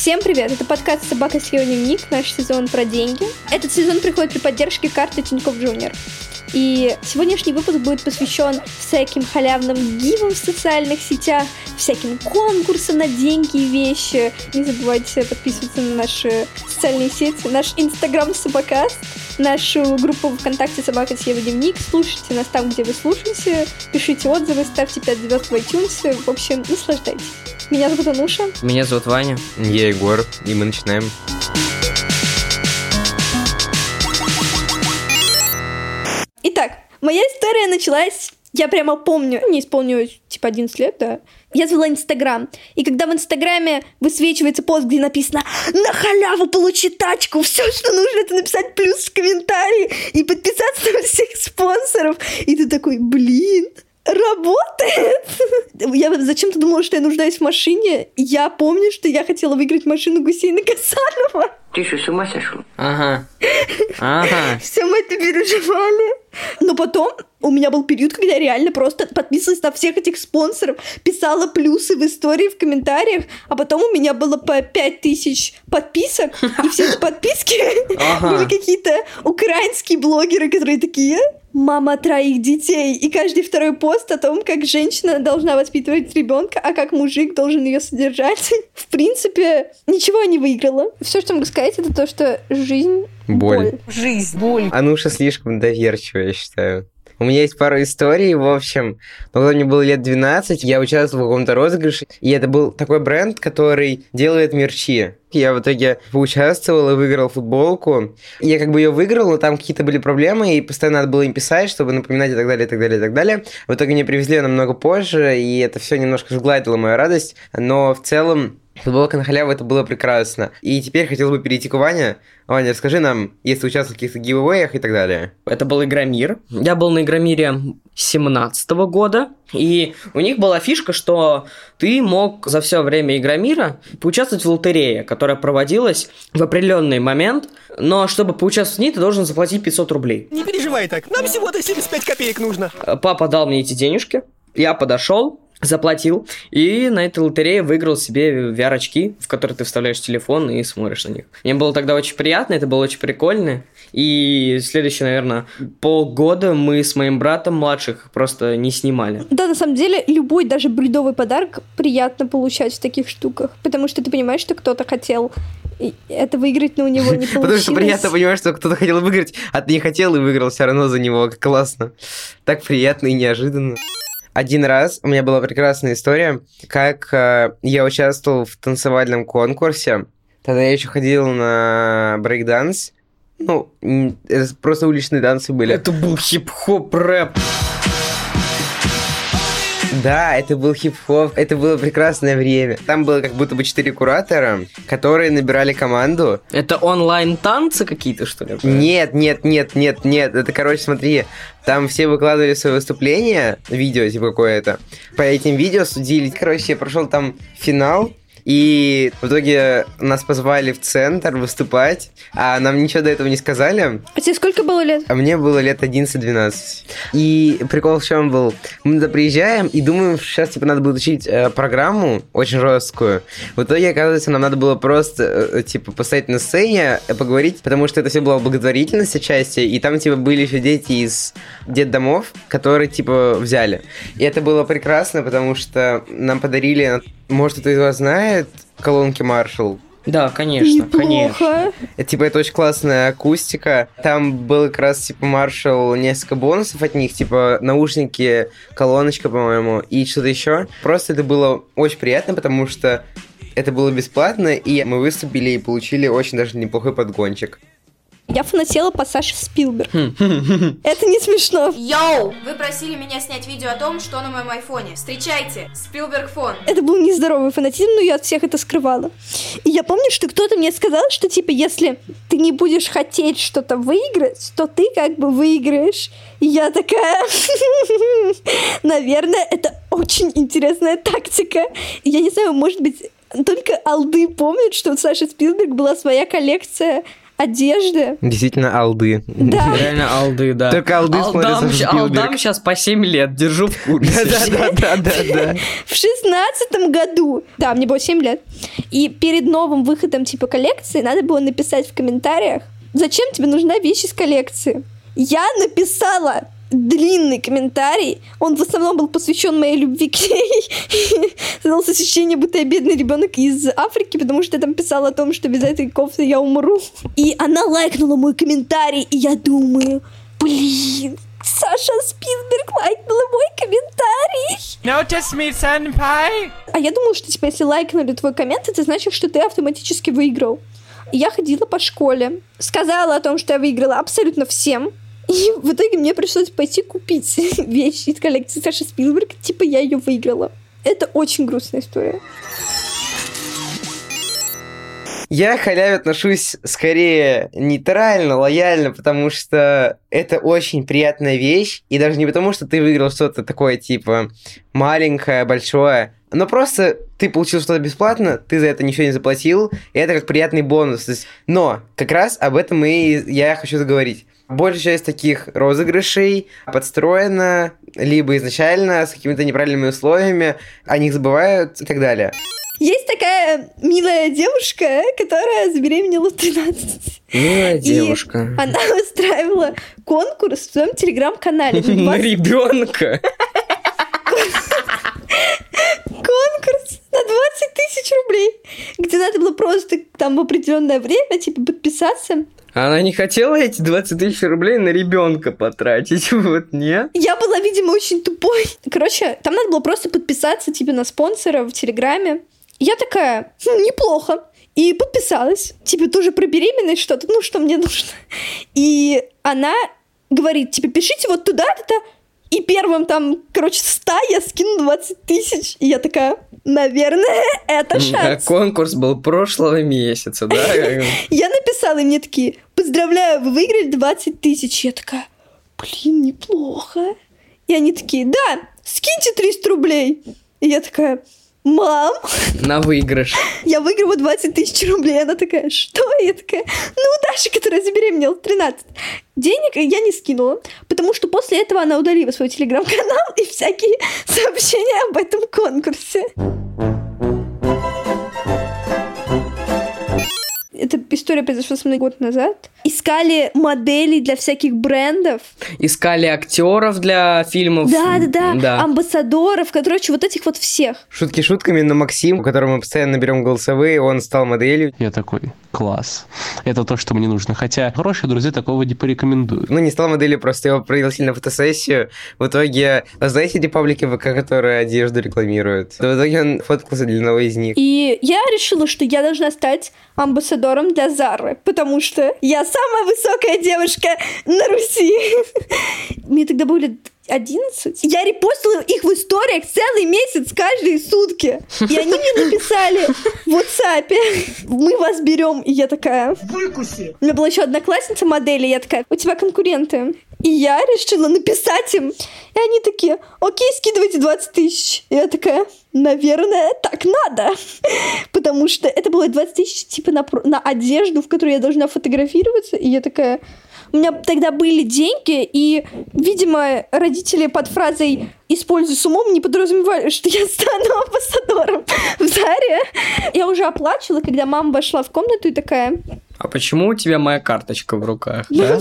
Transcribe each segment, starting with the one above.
Всем привет! Это подкаст «Собака съела дневник», наш сезон про деньги. Этот сезон приходит при поддержке карты Тинькофф Junior. И сегодняшний выпуск будет посвящен всяким халявным гивам в социальных сетях, всяким конкурсам на деньги и вещи. Не забывайте подписываться на наши социальные сети, наш Инстаграм Собакаст, нашу группу ВКонтакте «Собака съела дневник». Слушайте нас там, где вы слушаете, пишите отзывы, ставьте 5 звезд в iTunes. В общем, наслаждайтесь. Меня зовут Ануша. Меня зовут Ваня. Я Егор, и мы начинаем. Итак, моя история началась, я прямо помню, мне исполнилось 11 лет, да. Я завела Инстаграм, и когда в Инстаграме высвечивается пост, где написано «На халяву получи тачку», все, что нужно, это написать плюс в комментарии и подписаться на всех спонсоров. И ты такой, блин, работает! Я зачем-то думала, что я нуждаюсь в машине. Я помню, что я хотела выиграть машину Гусейна Гасанова. Ты что, с ума сошел? Ага. Все мы это переживали. Но потом у меня был период, когда я реально просто подписывалась на всех этих спонсоров, писала плюсы в истории, в комментариях, а потом у меня было по 5000 подписок, и все эти подписки были какие-то украинские блогеры, которые такие: «Мама 3 детей», и каждый второй пост о том, как женщина должна воспитывать ребенка, а как мужик должен ее содержать. В принципе, ничего я не выиграла. Все, что могу сказать, это то, что жизнь — боль. Жизнь, боль. Ануша слишком доверчивая, я считаю. У меня есть пару историй, в общем. Когда мне было лет 12, я участвовал в каком-то розыгрыше, и это был такой бренд, который делает мерчи. Я в итоге поучаствовал и выиграл футболку. Я как бы ее выиграл, но там какие-то были проблемы, и постоянно надо было им писать, чтобы напоминать и так далее, и так далее, и так далее. В итоге мне привезли ее намного позже, и это все немножко сгладило мою радость, но в целом футболка на халяву — это было прекрасно. И теперь хотел бы перейти к Ване. Ваня, расскажи нам, если участвовал в каких-то гивэвэях и так далее. Это был Игромир. Я был на Игромире 2017 года, и у них была фишка, что ты мог за все время Игромира поучаствовать в лотерее, которая проводилась в определенный момент, но чтобы поучаствовать в ней, ты должен заплатить 500 рублей. Не переживай так, нам всего-то 75 копеек нужно. Папа дал мне эти денежки, я подошел, заплатил, и на этой лотерее выиграл себе VR-очки, в которые ты вставляешь телефон и смотришь на них. Мне было тогда очень приятно, это было очень прикольно. И следующие, наверное, полгода мы с моим братом младших просто не снимали. Да, на самом деле, любой, даже бредовый подарок приятно получать в таких штуках, потому что ты понимаешь, что кто-то хотел это выиграть, но у него не получилось. Потому что приятно понимать, что кто-то хотел выиграть, а ты не хотел и выиграл все равно за него. Классно. Так приятно и неожиданно. Один раз у меня была прекрасная история, как я участвовал в танцевальном конкурсе. Тогда я еще ходил на брейк-данс. Ну, это просто уличные танцы были. Это был хип-хоп рэп. Да, это был хип-хоп, это было прекрасное время. Там было как будто бы 4 куратора, которые набирали команду. Это онлайн-танцы какие-то, что ли? Нет. Это, короче, смотри, там все выкладывали свои выступления, видео типа какое-то. По этим видео судили. Короче, я прошел там финал. И в итоге нас позвали в центр выступать, а нам ничего до этого не сказали. А тебе сколько было лет? А мне было лет 11-12. И прикол в чем был? Мы туда приезжаем и думаем, что сейчас типа надо будет учить программу очень жесткую. В итоге, оказывается, нам надо было просто типа постоять на сцене, поговорить, потому что это все было благотворительность отчасти, и там типа были еще дети из детдомов, которые типа взяли. И это было прекрасно, потому что нам подарили... Может, кто-то из вас знает колонки Marshall? Да, конечно, конечно. Это очень классная акустика. Там был как раз, Marshall, несколько бонусов от них, наушники, колоночка, по-моему, и что-то еще. Просто это было очень приятно, потому что это было бесплатно, и мы выступили и получили очень даже неплохой подгончик. Я фанатела по Саше Спилберг. Это не смешно. Йоу! Вы просили меня снять видео о том, что на моем айфоне. Встречайте, Спилберг фон. Это был нездоровый фанатизм, но я от всех это скрывала. И я помню, что кто-то мне сказал, что если ты не будешь хотеть что-то выиграть, то ты как бы выиграешь. И я такая... Наверное, это очень интересная тактика. И я не знаю, может быть, только алды помнят, что у Саши Спилберг была своя коллекция одежды. Действительно, алды. Да. Реально алды, да. Только алды смотрятся в Спилберг. Алдам сейчас по 7 лет, держу в курсе. Да. В 16-м году, да, мне было 7 лет, и перед новым выходом типа коллекции надо было написать в комментариях, зачем тебе нужна вещь из коллекции. Я написала длинный комментарий, он в основном был посвящен моей любви к ней. Создалось ощущение, будто я бедный ребенок из Африки, потому что я там писала о том, что без этой кофты я умру. И она лайкнула мой комментарий, и я думаю, блин, Саша Спилберг лайкнула мой комментарий. Notice me, senpai. А я думала, что типа, если лайкнули твой коммент, это значит, что ты автоматически выиграл. И я ходила по школе, сказала о том, что я выиграла абсолютно всем. И в итоге мне пришлось пойти купить вещи из коллекции Саши Спилберг. Типа я ее выиграла. Это очень грустная история. Я к халяве отношусь скорее нейтрально, лояльно, потому что это очень приятная вещь. И даже не потому, что ты выиграл что-то такое, типа, маленькое, большое. Но просто ты получил что-то бесплатно, ты за это ничего не заплатил, и это как приятный бонус. Но как раз об этом и я хочу заговорить. Большая часть таких розыгрышей подстроена либо изначально с какими-то неправильными условиями, о них забывают и так далее. Есть такая милая девушка, которая забеременела в 13. Милая девушка. И она устраивала конкурс в своем телеграм-канале. На ребенка. Конкурс на 20 тысяч рублей, где надо было просто там в определенное время типа подписаться. Она не хотела эти 20 тысяч рублей на ребенка потратить, вот, нет? Я была, видимо, очень тупой. Короче, там надо было просто подписаться типа на спонсора в Телеграме. Я такая, неплохо. И подписалась. Типа тоже про беременность что-то, ну, что мне нужно. И она говорит, типа, пишите вот туда-то. И первым там, короче, 100 я скину 20 тысяч. И я такая, наверное, это шанс. Конкурс был прошлого месяца, да? Я написала, и мне такие, поздравляю, вы выиграли 20 тысяч. Я такая, блин, неплохо. И они такие, да, скиньте 300 рублей. И я такая, мам. На выигрыш. Я выиграла 20 тысяч рублей. Она такая, что? И я такая, ну, Даша, которая забеременела в 13. Денег я не скинула, потому что после этого она удалила свой телеграм-канал и всякие сообщения об этом конкурсе. Эта история произошла со мной год назад. Искали моделей для всяких брендов. Искали актеров для фильмов. Да. Амбассадоров, короче, вот этих вот всех. Шутки шутками, но Максим, у которого мы постоянно берем голосовые, он стал моделью. Я такой, класс. Это то, что мне нужно. Хотя хорошие друзья такого не порекомендуют. Ну, не стал моделью, просто его пригласили на фотосессию. В итоге, знаете эти паблики ВК, которые одежду рекламируют? В итоге он фоткался для одного из них. И я решила, что я должна стать амбассадором для Зары, потому что я самая высокая девушка на Руси. Мне тогда было 11. Я репостила их в историях целый месяц, каждые сутки. И они мне написали в WhatsApp, мы вас берем. И я такая, выкуси. У меня была еще одноклассница модели, я такая, у тебя конкуренты. И я решила написать им. И они такие, окей, скидывайте 20 тысяч. И я такая, наверное, так надо. Потому что это было 20 тысяч типа на одежду, в которой я должна фотографироваться. И я такая... У меня тогда были деньги, и, видимо, родители под фразой «используй с умом» не подразумевали, что я стану амбассадором в Заре. Я уже оплачивала, когда мама вошла в комнату и такая... А почему у тебя моя карточка в руках, да?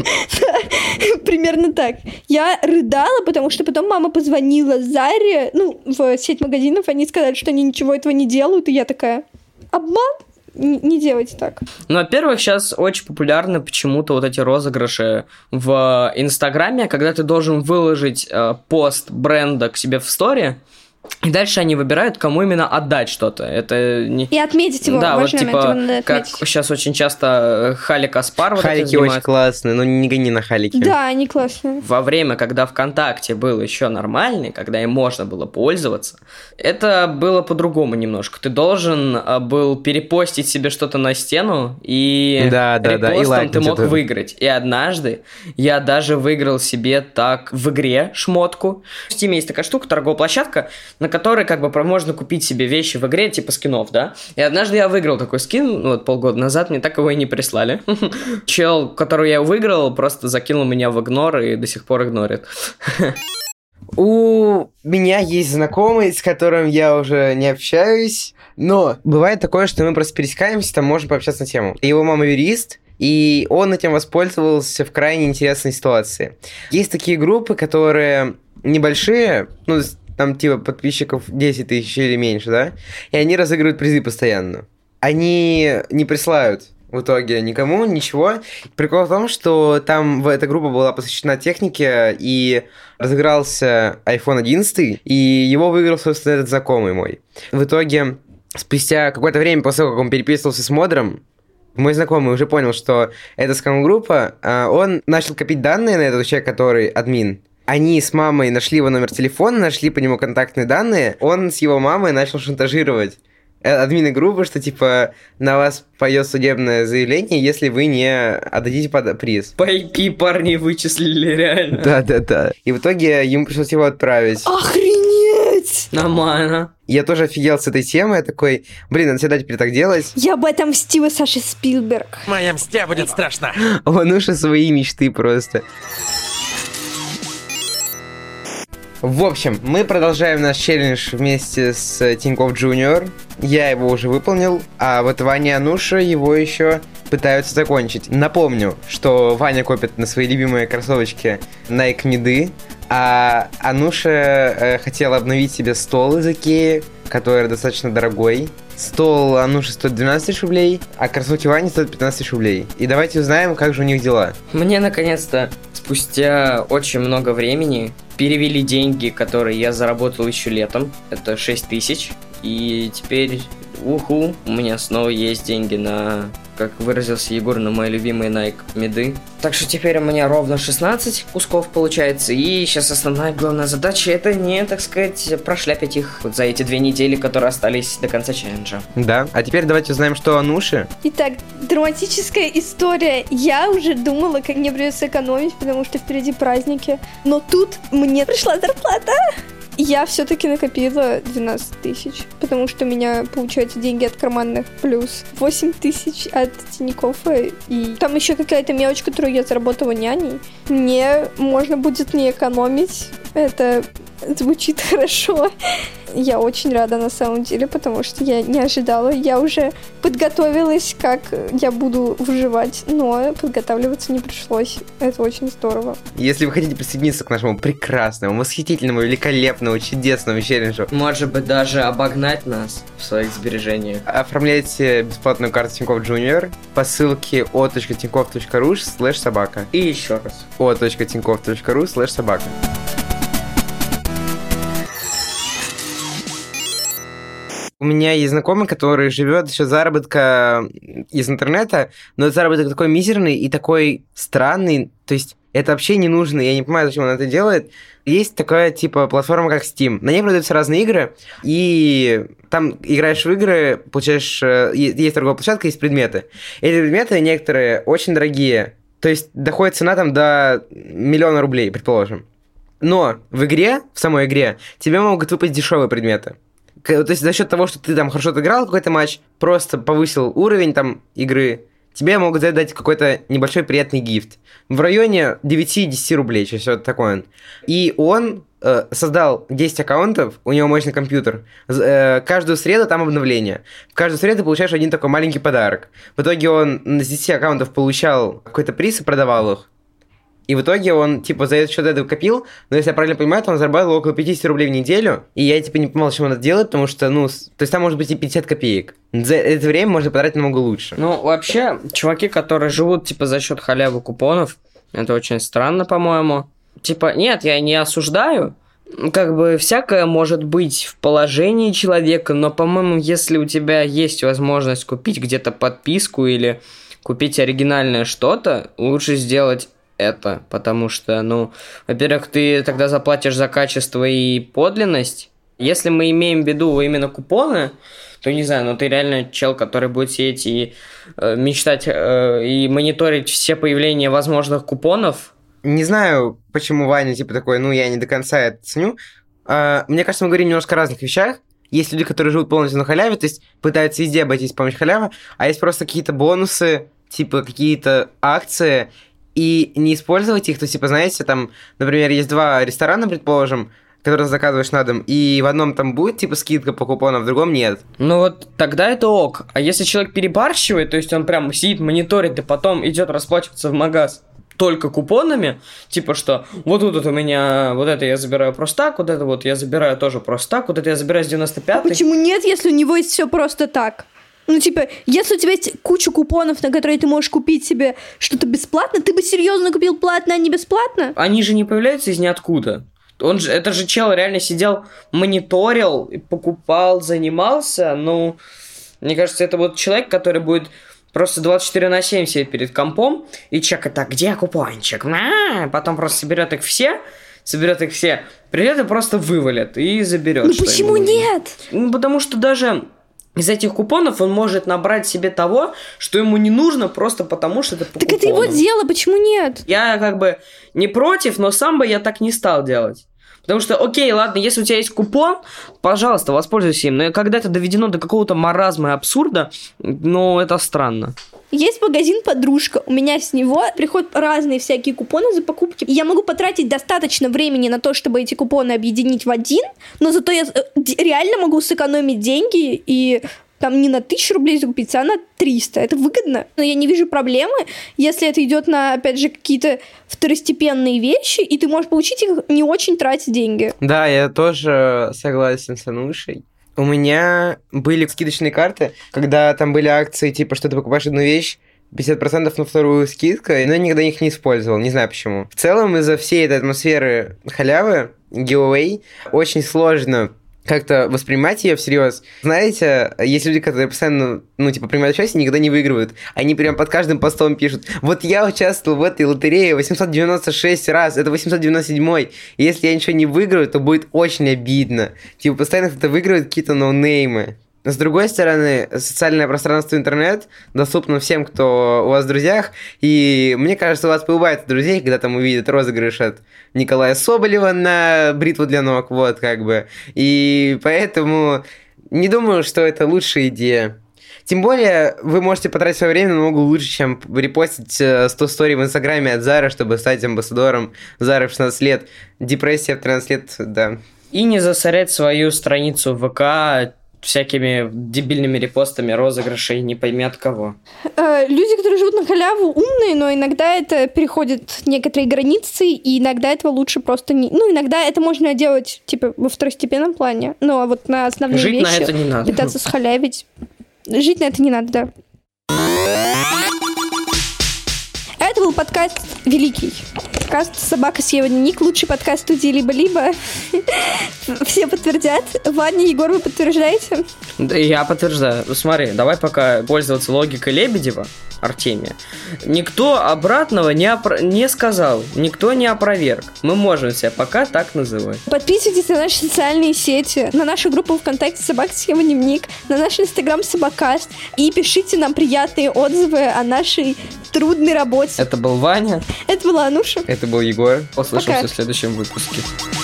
Да, примерно так. Я рыдала, потому что потом мама позвонила Заре, в сеть магазинов, они сказали, что они ничего этого не делают, и я такая, обман? Не делайте так. Ну, во-первых, сейчас очень популярны почему-то вот эти розыгрыши в Инстаграме, когда ты должен выложить пост бренда к себе в стори, и дальше они выбирают, кому именно отдать что-то. Это не... И отметить его. Да, вот типа, как сейчас очень часто Халик Аспар вот Халики очень классные, но не гони на Халики. Да, они классные. Во время, когда ВКонтакте был еще нормальный, когда им можно было пользоваться, это было по-другому немножко. Ты должен был перепостить себе что-то на стену, и репостом и ты мог выиграть. И однажды я даже выиграл себе так в игре шмотку. В Steam есть такая штука, торговая площадка, на который как бы можно купить себе вещи в игре, типа скинов, да? И однажды я выиграл такой скин, вот полгода назад, мне так его и не прислали. Чел, которого я выиграл, просто закинул меня в игнор и до сих пор игнорит. У меня есть знакомый, с которым я уже не общаюсь, но бывает такое, что мы просто пересекаемся, там можем пообщаться на тему. Его мама юрист, и он этим воспользовался в крайне интересной ситуации. Есть такие группы, которые небольшие, ну, там типа подписчиков 10 тысяч или меньше, да, и они разыгрывают призы постоянно. Они не присылают в итоге никому ничего. Прикол в том, что там эта группа была посвящена технике, и разыгрался iPhone 11, и его выиграл, собственно, этот знакомый мой. В итоге, спустя какое-то время после того, как он переписывался с модером, мой знакомый уже понял, что это скам-группа, он начал копить данные на этого человека, который админ. Они с мамой нашли его номер телефона, нашли по нему контактные данные, он с его мамой начал шантажировать админы группы, что, типа, на вас пойдет судебное заявление, если вы не отдадите приз. По IP парни вычислили, реально. Да. И в итоге ему пришлось его отправить. Охренеть! Нормально. Я тоже офигел с этой темой, я такой, блин, надо всегда теперь так делать. Я бы отомстила Саше Спилберг. Моя мстя будет страшна. Он уж и свои мечты просто. В общем, мы продолжаем наш челлендж вместе с Тинькофф Junior. Я его уже выполнил, а вот Ваня и Ануша его еще пытаются закончить. Напомню, что Ваня копит на свои любимые кроссовочки Nike Midi, а Ануша хотела обновить себе стол из Икеи, который достаточно дорогой. Стол Ануши стоит 12 тысяч рублей, а кроссовки Вани стоят 15 тысяч рублей. И давайте узнаем, как же у них дела. Мне, наконец-то, спустя очень много времени перевели деньги, которые я заработал еще летом. Это 6 тысяч. И теперь, у меня снова есть деньги на, как выразился Егор, на мои любимые Nike Midi. Так что теперь у меня ровно 16 кусков получается. И сейчас основная главная задача — это не, так сказать, прошляпить их вот за эти 2 недели, которые остались до конца челленджа. Да, а теперь давайте узнаем, что у Ануши. Итак, драматическая история. Я уже думала, как мне придется экономить, потому что впереди праздники. Но тут мне пришла зарплата. Я все-таки накопила 12 тысяч, потому что у меня, получается, деньги от карманных плюс 8 тысяч от Тинькоффа. И там еще какая-то мелочь, которую я заработала няней. Мне можно будет не экономить. Это звучит хорошо. Я очень рада на самом деле, потому что я не ожидала. Я уже подготовилась, как я буду выживать, но подготавливаться не пришлось. Это очень здорово. Если вы хотите присоединиться к нашему прекрасному, восхитительному, великолепному, чудесному челленджу, Может быть, даже обогнать нас в своих сбережениях. оформляйте бесплатную карту Тинькофф Junior по ссылке o.tinkoff.ru/собака. И еще раз. o.tinkoff.ru/собака. У меня есть знакомый, который живет за счет заработка из интернета, но этот заработок такой мизерный и такой странный, то есть это вообще не нужно, я не понимаю, зачем он это делает. Есть такая, типа, платформа, как Steam. На ней продаются разные игры, и там играешь в игры, получаешь... Есть торговая площадка, есть предметы. Эти предметы некоторые очень дорогие, то есть доходит цена там до 1 000 000 рублей, предположим. Но в игре, в самой игре, тебе могут выпасть дешевые предметы. То есть за счет того, что ты там хорошо отыграл какой-то матч, просто повысил уровень там игры, тебе могут дать какой-то небольшой приятный гифт. В районе 9-10 рублей, что-то такое. И он создал 10 аккаунтов, у него мощный компьютер. Каждую среду там обновление. В каждую среду ты получаешь один такой маленький подарок. В итоге он с 10 аккаунтов получал какой-то приз и продавал их. И в итоге он, типа, за счет этого копил, но если я правильно понимаю, то он зарабатывал около 50 рублей в неделю, и я, типа, не понимал, зачем он это делает, потому что, то есть там может быть и 50 копеек. За это время можно потратить намного лучше. Ну, вообще, чуваки, которые живут, типа, за счет халявы купонов, это очень странно, по-моему. Типа, нет, я не осуждаю, как бы всякое может быть в положении человека, но, по-моему, если у тебя есть возможность купить где-то подписку или купить оригинальное что-то, лучше сделать это, потому что, во-первых, ты тогда заплатишь за качество и подлинность. Если мы имеем в виду именно купоны, то, не знаю, ты реально чел, который будет сидеть и мечтать и мониторить все появления возможных купонов. Не знаю, почему Ваня, типа, такой, я не до конца это ценю. Мне кажется, мы говорим немножко о разных вещах. Есть люди, которые живут полностью на халяве, то есть пытаются везде обойтись с помощью халявы, а есть просто какие-то бонусы, типа какие-то акции, и не использовать их. То есть, типа, знаете, там, например, есть 2 ресторана, предположим, которые заказываешь на дом, и в одном там будет, типа, скидка по купону, а в другом нет. Ну вот тогда это ок. А если человек перебарщивает, то есть он прям сидит, мониторит, и потом идет расплачиваться в магаз только купонами, типа что, вот тут вот у меня, вот это я забираю просто так, вот это вот я забираю тоже просто так, вот это я забираю с 95-й. А почему нет, если у него есть все просто так? Ну, типа, если у тебя есть куча купонов, на которые ты можешь купить себе что-то бесплатно, ты бы серьезно купил платно, а не бесплатно? Они же не появляются из ниоткуда. Это же чел реально сидел, мониторил, покупал, занимался. Ну, мне кажется, это вот человек, который будет просто 24/7 сидеть перед компом и чекать, так, где купончик? Потом просто соберет их все, придет и просто вывалит и заберет. Ну почему нет? Ну, потому что даже из этих купонов он может набрать себе того, что ему не нужно, просто потому что это по Так купонам. это его дело, почему нет? Я как бы не против, но сам бы я так не стал делать. Потому что, окей, ладно, если у тебя есть купон, пожалуйста, воспользуйся им. Но когда это доведено до какого-то маразма и абсурда, ну, это странно. Есть магазин «Подружка». У меня с него приходят разные всякие купоны за покупки. И я могу потратить достаточно времени на то, чтобы эти купоны объединить в один, но зато я реально могу сэкономить деньги и там не на 1000 рублей закупиться, а на 300. Это выгодно. Но я не вижу проблемы, если это идет на, опять же, какие-то второстепенные вещи, и ты можешь получить их, не очень тратя деньги. Да, я тоже согласен с Анушей. У меня были скидочные карты, когда там были акции, типа, что ты покупаешь одну вещь, 50% на вторую скидка, но я никогда их не использовал, не знаю почему. В целом, из-за всей этой атмосферы халявы, giveaway, очень сложно как-то воспринимать ее всерьез. Знаете, есть люди, которые постоянно, принимают участие и никогда не выигрывают. Они прям под каждым постом пишут: вот я участвовал в этой лотерее 896 раз, это 897-й. И если я ничего не выиграю, то будет очень обидно. Типа, постоянно кто-то выигрывает какие-то ноунеймы. С другой стороны, социальное пространство интернет доступно всем, кто у вас в друзьях, и мне кажется, у вас поубавится друзей, когда там увидят розыгрыш от Николая Соболева на бритву для ног, вот как бы. И поэтому не думаю, что это лучшая идея. Тем более, вы можете потратить свое время намного лучше, чем репостить 100 стори в Инстаграме от Зары, чтобы стать амбассадором Зары в 16 лет. Депрессия в 13 лет, да. И не засорять свою страницу в ВК всякими дебильными репостами розыгрышей не пойми от кого. Люди, которые живут на халяву, умные, но иногда это переходит некоторые границы, и иногда этого лучше просто не... Ну, иногда это можно делать, типа, во второстепенном плане, но вот на основные жить вещи... на это не надо. Пытаться схалявить. Жить на это не надо, да. Это был подкаст «Великий». Подкаст «Собака съела дневник». Лучший подкаст студии «Либо-либо». Все подтвердят. Ваня, Егор, вы подтверждаете? Да, я подтверждаю. Смотри, давай пока пользоваться логикой Лебедева, Артемия. Никто обратного не сказал, никто не опроверг. Мы можем себя пока так называть. Подписывайтесь на наши социальные сети, на нашу группу ВКонтакте «Собака съела дневник», на наш инстаграм «Собакаст», и пишите нам приятные отзывы о нашей трудной работе. Это был Ваня. Это была Ануша. Это был Егор. Услышимся в следующем выпуске.